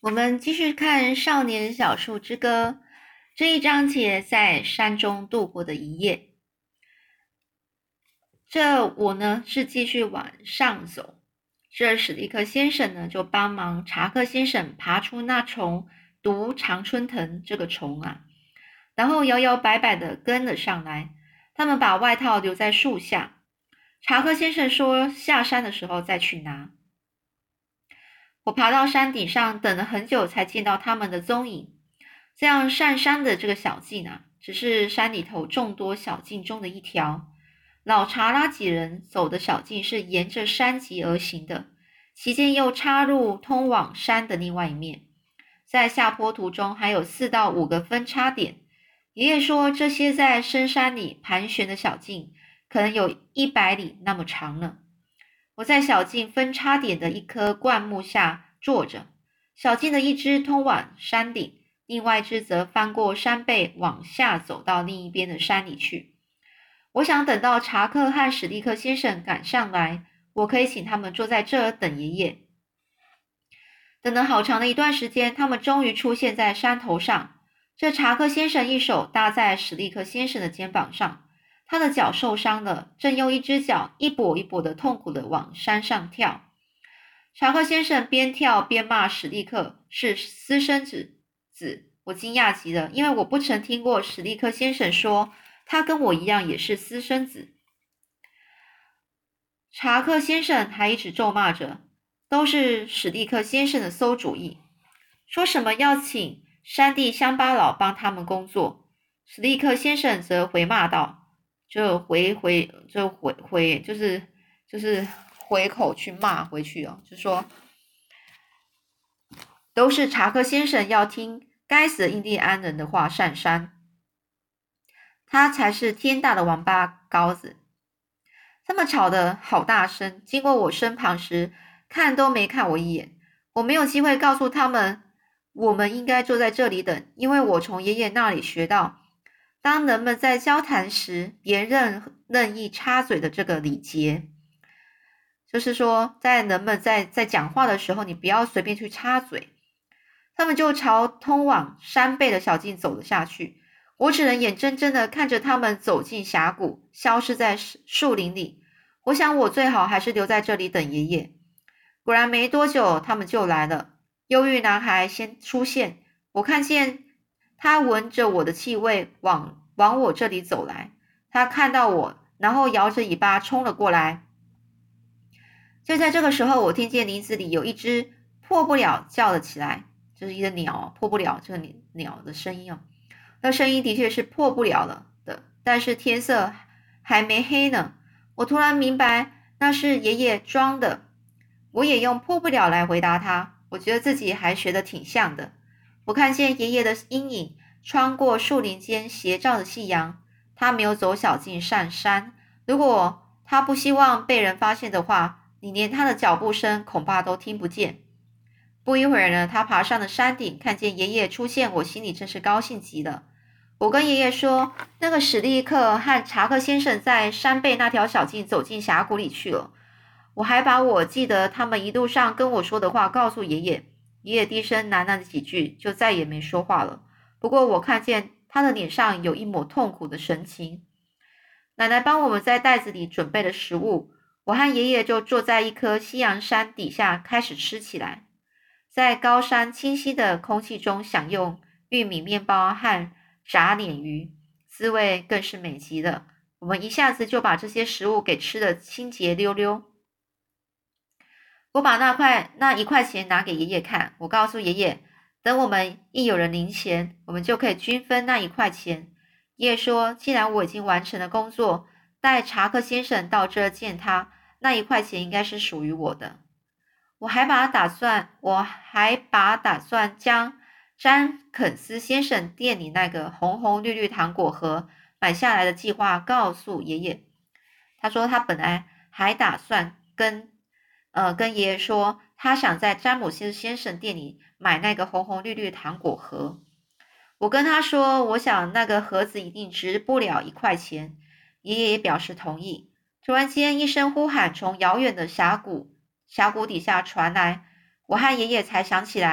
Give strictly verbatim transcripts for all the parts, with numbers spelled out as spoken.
我们继续看《少年小树之歌》这一章节，在山中度过的一夜。这我呢是继续往上走，这史蒂克先生呢就帮忙查克先生爬出那丛毒常春藤这个虫啊，然后摇摇摆摆的跟了上来。他们把外套留在树下，查克先生说下山的时候再去拿。我爬到山顶上，等了很久才见到他们的踪影。这样上山的这个小径啊，只是山里头众多小径中的一条。老查拉几人走的小径是沿着山脊而行的，其间又插入通往山的另外一面。在下坡途中还有四到五个分叉点。爷爷说，这些在深山里盘旋的小径，可能有一百里那么长呢。我在小径分叉点的一棵灌木下坐着，小径的一只通往山顶，另外一只则翻过山背往下走到另一边的山里去。我想等到查克和史蒂克先生赶上来，我可以请他们坐在这儿等爷爷。等了好长的一段时间，他们终于出现在山头上。这查克先生一手搭在史蒂克先生的肩膀上，他的脚受伤了，正用一只脚一跛一跛的痛苦的往山上跳。查克先生边跳边骂史蒂克是私生子子，我惊讶极了，因为我不曾听过史蒂克先生说他跟我一样也是私生子。查克先生还一直咒骂着，都是史蒂克先生的馊主意，说什么要请山地乡巴佬帮他们工作。史蒂克先生则回骂道，就回回就回回就是就是回口去骂回去哦，就说都是查克先生要听该死的印第安人的话上山，他才是天大的王八羔子。他们吵得好大声，经过我身旁时，看都没看我一眼。我没有机会告诉他们，我们应该坐在这里等，因为我从爷爷那里学到，当人们在交谈时，别任任意插嘴的这个礼节，就是说，在人们在在讲话的时候，你不要随便去插嘴。他们就朝通往山背的小径走了下去。我只能眼睁睁地看着他们走进峡谷，消失在树林里。我想我最好还是留在这里等爷爷。果然没多久，他们就来了。忧郁男孩先出现，我看见他闻着我的气味往往我这里走来。他看到我，然后摇着尾巴冲了过来。就在这个时候，我听见林子里有一只破不了叫了起来，这是一个鸟，破不了这个鸟的声音哦。那声音的确是破不了了的，但是天色还没黑呢。我突然明白，那是爷爷装的。我也用破不了来回答他，我觉得自己还学得挺像的。我看见爷爷的阴影穿过树林间斜照的夕阳，他没有走小径上山。如果他不希望被人发现的话，你连他的脚步声恐怕都听不见。不一会儿呢，他爬上了山顶，看见爷爷出现，我心里真是高兴极了。我跟爷爷说，那个史蒂克和查克先生在山背那条小径走进峡谷里去了。我还把我记得他们一路上跟我说的话告诉爷爷。爷爷低声喃喃了几句，就再也没说话了。不过我看见他的脸上有一抹痛苦的神情。奶奶帮我们在袋子里准备了食物，我和爷爷就坐在一棵西洋山底下开始吃起来。在高山清晰的空气中享用玉米面包和炸鲶鱼，滋味更是美极了。我们一下子就把这些食物给吃得清洁溜溜。我把那块那一块钱拿给爷爷看，我告诉爷爷，等我们一有人零钱，我们就可以均分那一块钱。爷爷说，既然我已经完成了工作，带查克先生到这儿见他，那一块钱应该是属于我的。我还把打算，我还把打算将詹肯斯先生店里那个红红绿绿糖果盒买下来的计划告诉爷爷。他说他本来还打算跟呃跟爷爷说，他想在詹姆斯先生店里买那个红红绿绿糖果盒。我跟他说，我想那个盒子一定值不了一块钱。爷爷也表示同意。突然间，一声呼喊从遥远的峡谷峡谷底下传来，我和爷爷才想起来，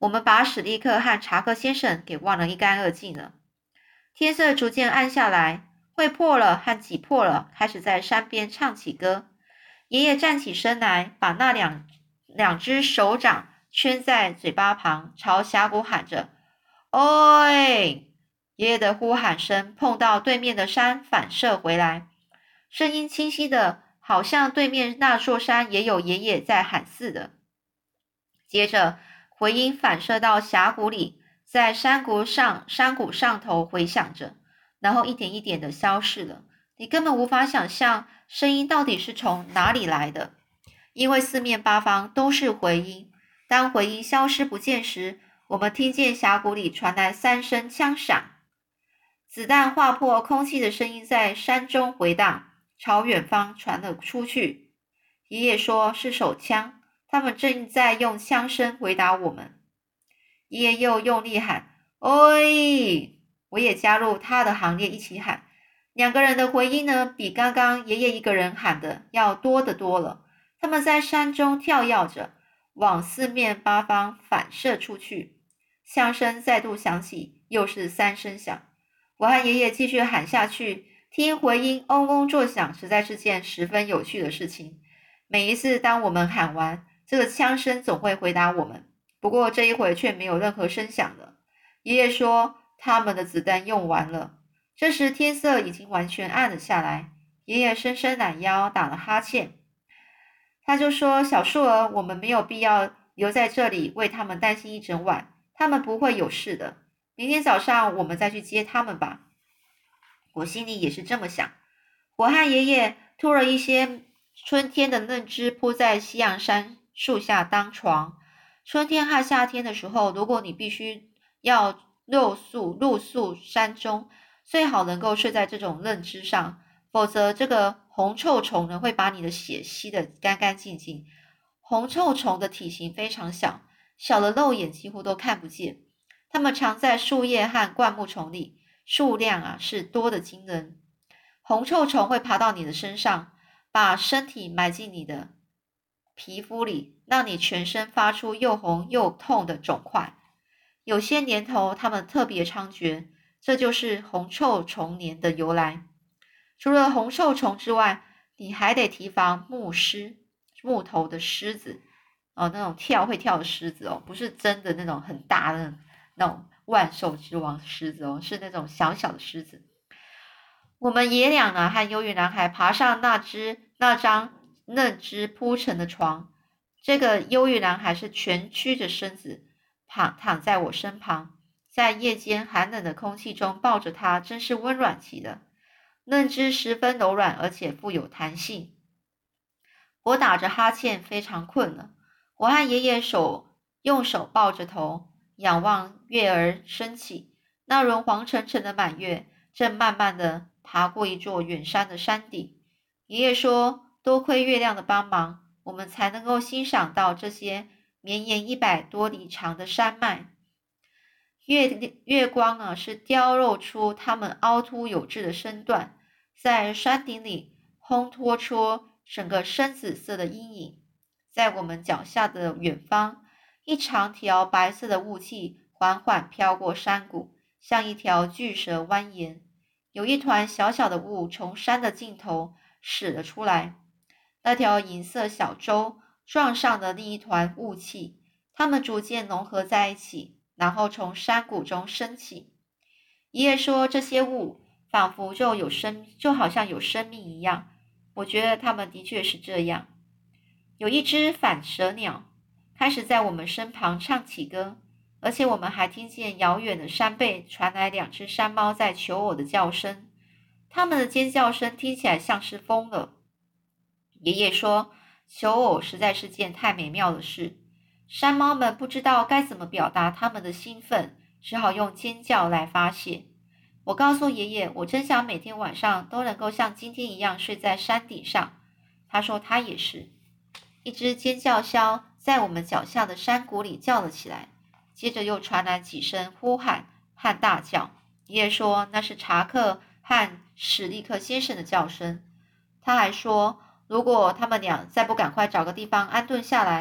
我们把史利克和查克先生给忘得一干二净了。天色逐渐暗下来，会破了和挤破了开始在山边唱起歌。爷爷站起身来，把那两两只手掌圈在嘴巴旁，朝峡谷喊着：“喂！”爷爷的呼喊声碰到对面的山，反射回来，声音清晰的，好像对面那座山也有爷爷在喊似的。接着，回音反射到峡谷里，在山谷上山谷上头回响着，然后一点一点的消逝了。你根本无法想象声音到底是从哪里来的，因为四面八方都是回音。当回音消失不见时，我们听见峡谷里传来三声枪响，子弹划破空气的声音在山中回荡，朝远方传了出去。爷爷说是手枪，他们正在用枪声回答我们。爷爷又用力喊：“喂！”我也加入他的行列一起喊。两个人的回音呢，比刚刚爷爷一个人喊的要多得多了。他们在山中跳跃着，往四面八方反射出去。枪声再度响起，又是三声响。我和爷爷继续喊下去，听回音嗡嗡作响，实在是件十分有趣的事情。每一次当我们喊完，这个枪声总会回答我们，不过这一回却没有任何声响了。爷爷说他们的子弹用完了。这时天色已经完全暗了下来，爷爷伸伸懒腰，打了哈欠。他就说：“小树儿，我们没有必要留在这里为他们担心一整晚，他们不会有事的。明天早上我们再去接他们吧。”我心里也是这么想。我和爷爷拖了一些春天的嫩枝铺在西洋杉树下当床。春天和夏天的时候，如果你必须要露宿露宿山中，最好能够睡在这种嫩枝上，否则这个红臭虫呢会把你的血吸得干干净净。红臭虫的体型非常小，小的肉眼几乎都看不见。它们藏在树叶和灌木丛里，数量啊是多得惊人。红臭虫会爬到你的身上，把身体埋进你的皮肤里，让你全身发出又红又痛的肿块。有些年头它们特别猖獗，这就是红臭虫年的由来。除了红臭虫之外，你还得提防木狮，木头的狮子哦，那种跳会跳的狮子哦，不是真的那种很大的那种万兽之王狮子哦，是那种小小的狮子。我们爷俩呢和忧郁男孩爬上那只那张嫩枝铺成的床，这个忧郁男孩是蜷曲着身子躺躺在我身旁，在夜间寒冷的空气中抱着他，真是温暖极了。嫩枝十分柔软，而且富有弹性。我打着哈欠，非常困了。我和爷爷手用手抱着头，仰望月儿升起。那轮黄澄澄的满月正慢慢的爬过一座远山的山顶。爷爷说，多亏月亮的帮忙，我们才能够欣赏到这些绵延一百多里长的山脉。月月光啊，是雕镂出它们凹凸有致的身段，在山顶里烘托出整个深紫色的阴影。在我们脚下的远方，一长条白色的雾气缓缓飘过山谷，像一条巨蛇蜿蜒。有一团小小的雾从山的尽头驶了出来，那条银色小舟撞上了另一团雾气，它们逐渐融合在一起，然后从山谷中升起。爷爷说，这些雾仿佛就有生，就好像有生命一样。我觉得它们的确是这样。有一只反蛇鸟开始在我们身旁唱起歌，而且我们还听见遥远的山背传来两只山猫在求偶的叫声，它们的尖叫声听起来像是疯了。爷爷说，求偶实在是件太美妙的事，山猫们不知道该怎么表达它们的兴奋，只好用尖叫来发泄。我告诉爷爷，我真想每天晚上都能够像今天一样睡在山顶上。他说他也是。一只尖叫枭在我们脚下的山谷里叫了起来，接着又传来几声呼喊和大叫。爷爷说那是查克和史利克先生的叫声。他还说，如果他们俩再不赶快找个地方安顿下来，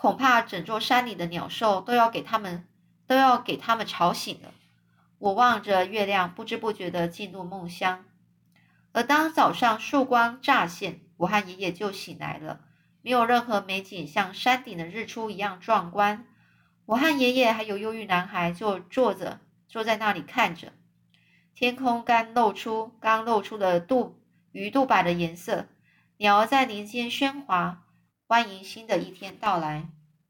恐怕整座山里的鸟兽都要给他们都要给他们吵醒了。我望着月亮，不知不觉地进入梦乡。而当早上曙光乍现，我和爷爷就醒来了。没有任何美景像山顶的日出一样壮观。我和爷爷还有忧郁男孩就坐着坐在那里看着天空，刚露出刚露出的杜鱼肚白的颜色，鸟儿在林间喧哗，欢迎新的一天到来。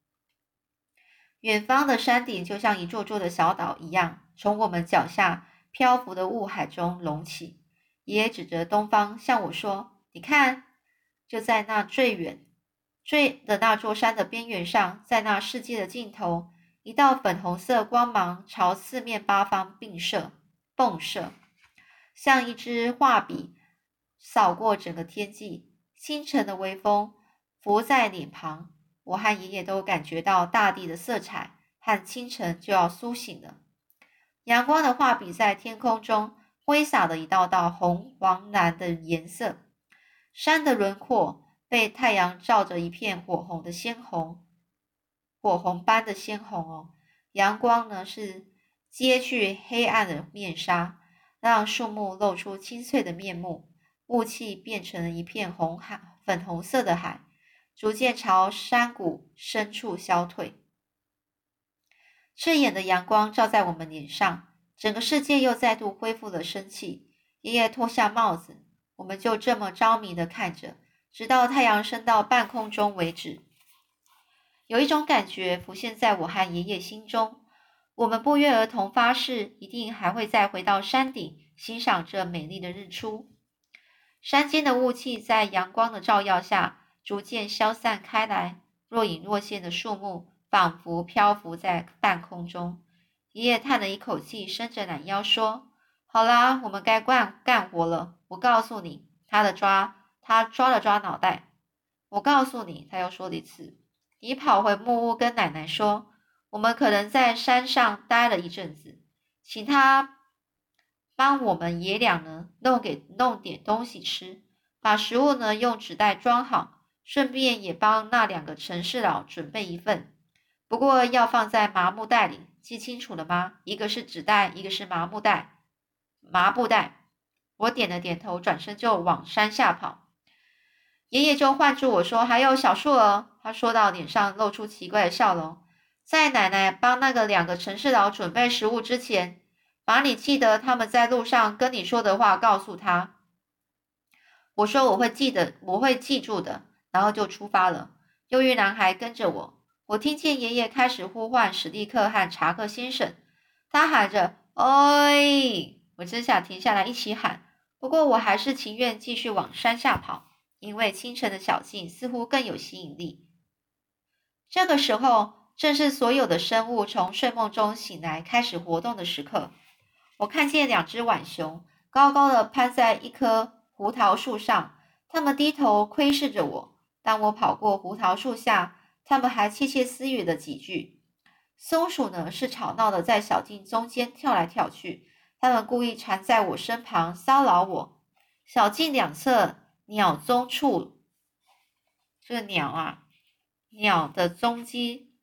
远方的山顶就像一座座的小岛一样，从我们脚下漂浮的雾海中隆起。爷爷指着东方向我说：“你看，就在那最远最的那座山的边缘上，在那世界的尽头，一道粉红色光芒朝四面八方迸射、迸射，像一支画笔扫过整个天际。清晨的微风拂在脸庞，我和爷爷都感觉到大地的色彩和清晨就要苏醒了。阳光的画笔在天空中挥洒了一道道红、黄、蓝的颜色，山的轮廓被太阳照着一片火红的鲜红，火红般的鲜红哦。阳光呢是揭去黑暗的面纱，让树木露出清脆的面目，雾气变成了一片红海，粉红色的海，逐渐朝山谷深处消退。刺眼的阳光照在我们脸上，整个世界又再度恢复了生气。爷爷脱下帽子，我们就这么着迷地看着，直到太阳升到半空中为止。有一种感觉浮现在我和爷爷心中，我们不约而同发誓，一定还会再回到山顶，欣赏这美丽的日出。山间的雾气在阳光的照耀下逐渐消散开来，若隐若现的树木仿佛漂浮在半空中。爷爷叹了一口气，伸着懒腰说：“好啦，我们该干干活了。我告诉你，他的抓，他抓了抓脑袋。我告诉你，他又说了一次。你跑回木屋跟奶奶说，我们可能在山上待了一阵子，请他帮我们爷俩呢弄给弄点东西吃，把食物呢用纸袋装好，顺便也帮那两个城市佬准备一份。不过要放在麻布袋里，记清楚了吗？一个是纸袋，一个是麻布袋。麻布袋。”我点了点头，转身就往山下跑。爷爷就唤住我说：“还有小树儿。”他说到，脸上露出奇怪的笑容。在奶奶帮那个两个城市佬准备食物之前，把你记得他们在路上跟你说的话告诉他。我说我会记得，我会记住的，然后就出发了。忧郁男孩跟着我，我听见爷爷开始呼唤史蒂克和查克先生，他喊着“哎”，我真想停下来一起喊，不过我还是情愿继续往山下跑，因为清晨的小径似乎更有吸引力。这个时候正是所有的生物从睡梦中醒来开始活动的时刻。我看见两只浣熊高高的攀在一棵胡桃树上，它们低头窥视着我。当我跑过胡桃树下，它们还窃窃私语了几句。松鼠呢，是吵闹的在小径中间跳来跳去，它们故意缠在我身旁骚扰我。小径两侧鸟踪处，这个鸟啊，鸟的踪迹，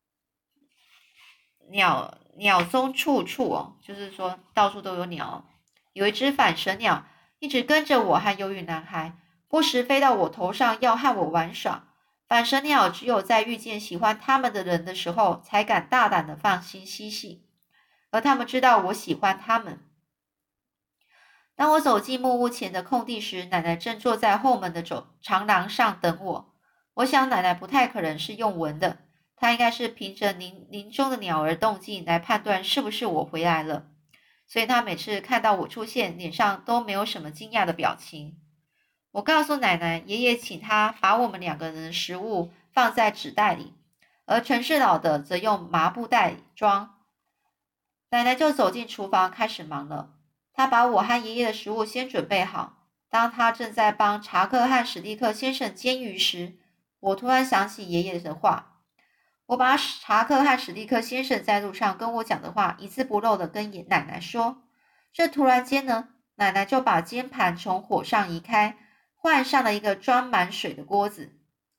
鸟鸟踪处处哦，就是说到处都有鸟。有一只反蛇鸟一直跟着我和忧郁男孩，不时飞到我头上要和我玩耍。反蛇鸟只有在遇见喜欢它们的人的时候，才敢大胆的放心嬉戏，而他们知道我喜欢它们。当我走进木屋前的空地时，奶奶正坐在后门的走长廊上等我。我想奶奶不太可能是用闻的，她应该是凭着林林中的鸟儿动静来判断是不是我回来了，所以她每次看到我出现，脸上都没有什么惊讶的表情。我告诉奶奶，爷爷请她把我们两个人的食物放在纸袋里，而城市佬的则用麻布袋装。奶奶就走进厨房开始忙了。她把我和爷爷的食物先准备好。当她正在帮查克和史蒂克先生煎鱼时，我突然想起爷爷的话。我把查克和史蒂克先生在路上跟我讲的话一字不漏地跟奶奶说。这突然间呢，奶奶就把煎盘从火上移开，换上了一个装满水的锅子。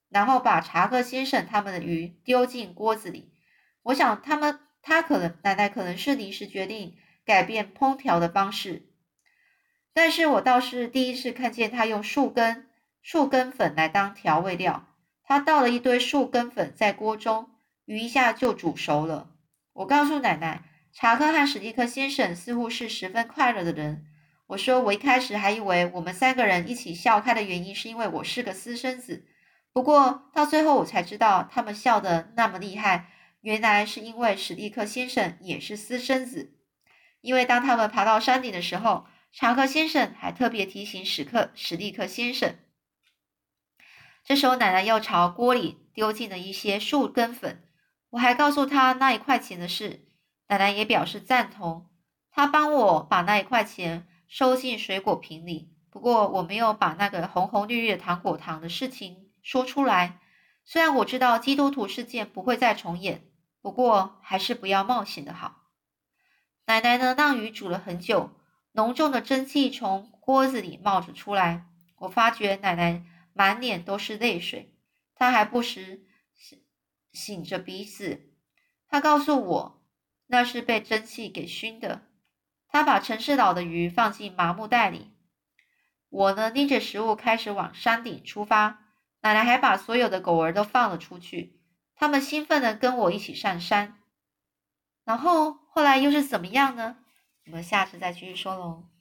然后把查克先生他们的鱼丢进锅子里。我想他们他可能奶奶可能是临时决定改变烹调的方式，但是我倒是第一次看见他用树根树根粉来当调味料。他倒了一堆树根粉在锅中，鱼一下就煮熟了。我告诉奶奶，查克和史蒂克先生似乎是十分快乐的人。我说我一开始还以为我们三个人一起笑开的原因是因为我是个私生子，不过到最后我才知道他们笑得那么厉害，原来是因为史蒂克先生也是私生子。因为当他们爬到山顶的时候，查克先生还特别提醒史克史蒂克先生。这时候奶奶又朝锅里丢进了一些树根粉，我还告诉她那一块钱的事，奶奶也表示赞同。她帮我把那一块钱收进水果瓶里，不过我没有把那个红红绿绿的糖果糖的事情说出来。虽然我知道基督徒事件不会再重演，不过还是不要冒险的好。奶奶呢，让鱼煮了很久，浓重的蒸汽从锅子里冒着出来。我发觉奶奶满脸都是泪水，她还不时擤着鼻子。她告诉我，那是被蒸汽给熏的。她把陈氏老的鱼放进麻木袋里。我呢，拎着食物开始往山顶出发。奶奶还把所有的狗儿都放了出去，它们兴奋地跟我一起上山。然后后来又是怎么样呢？我们下次再继续说喽。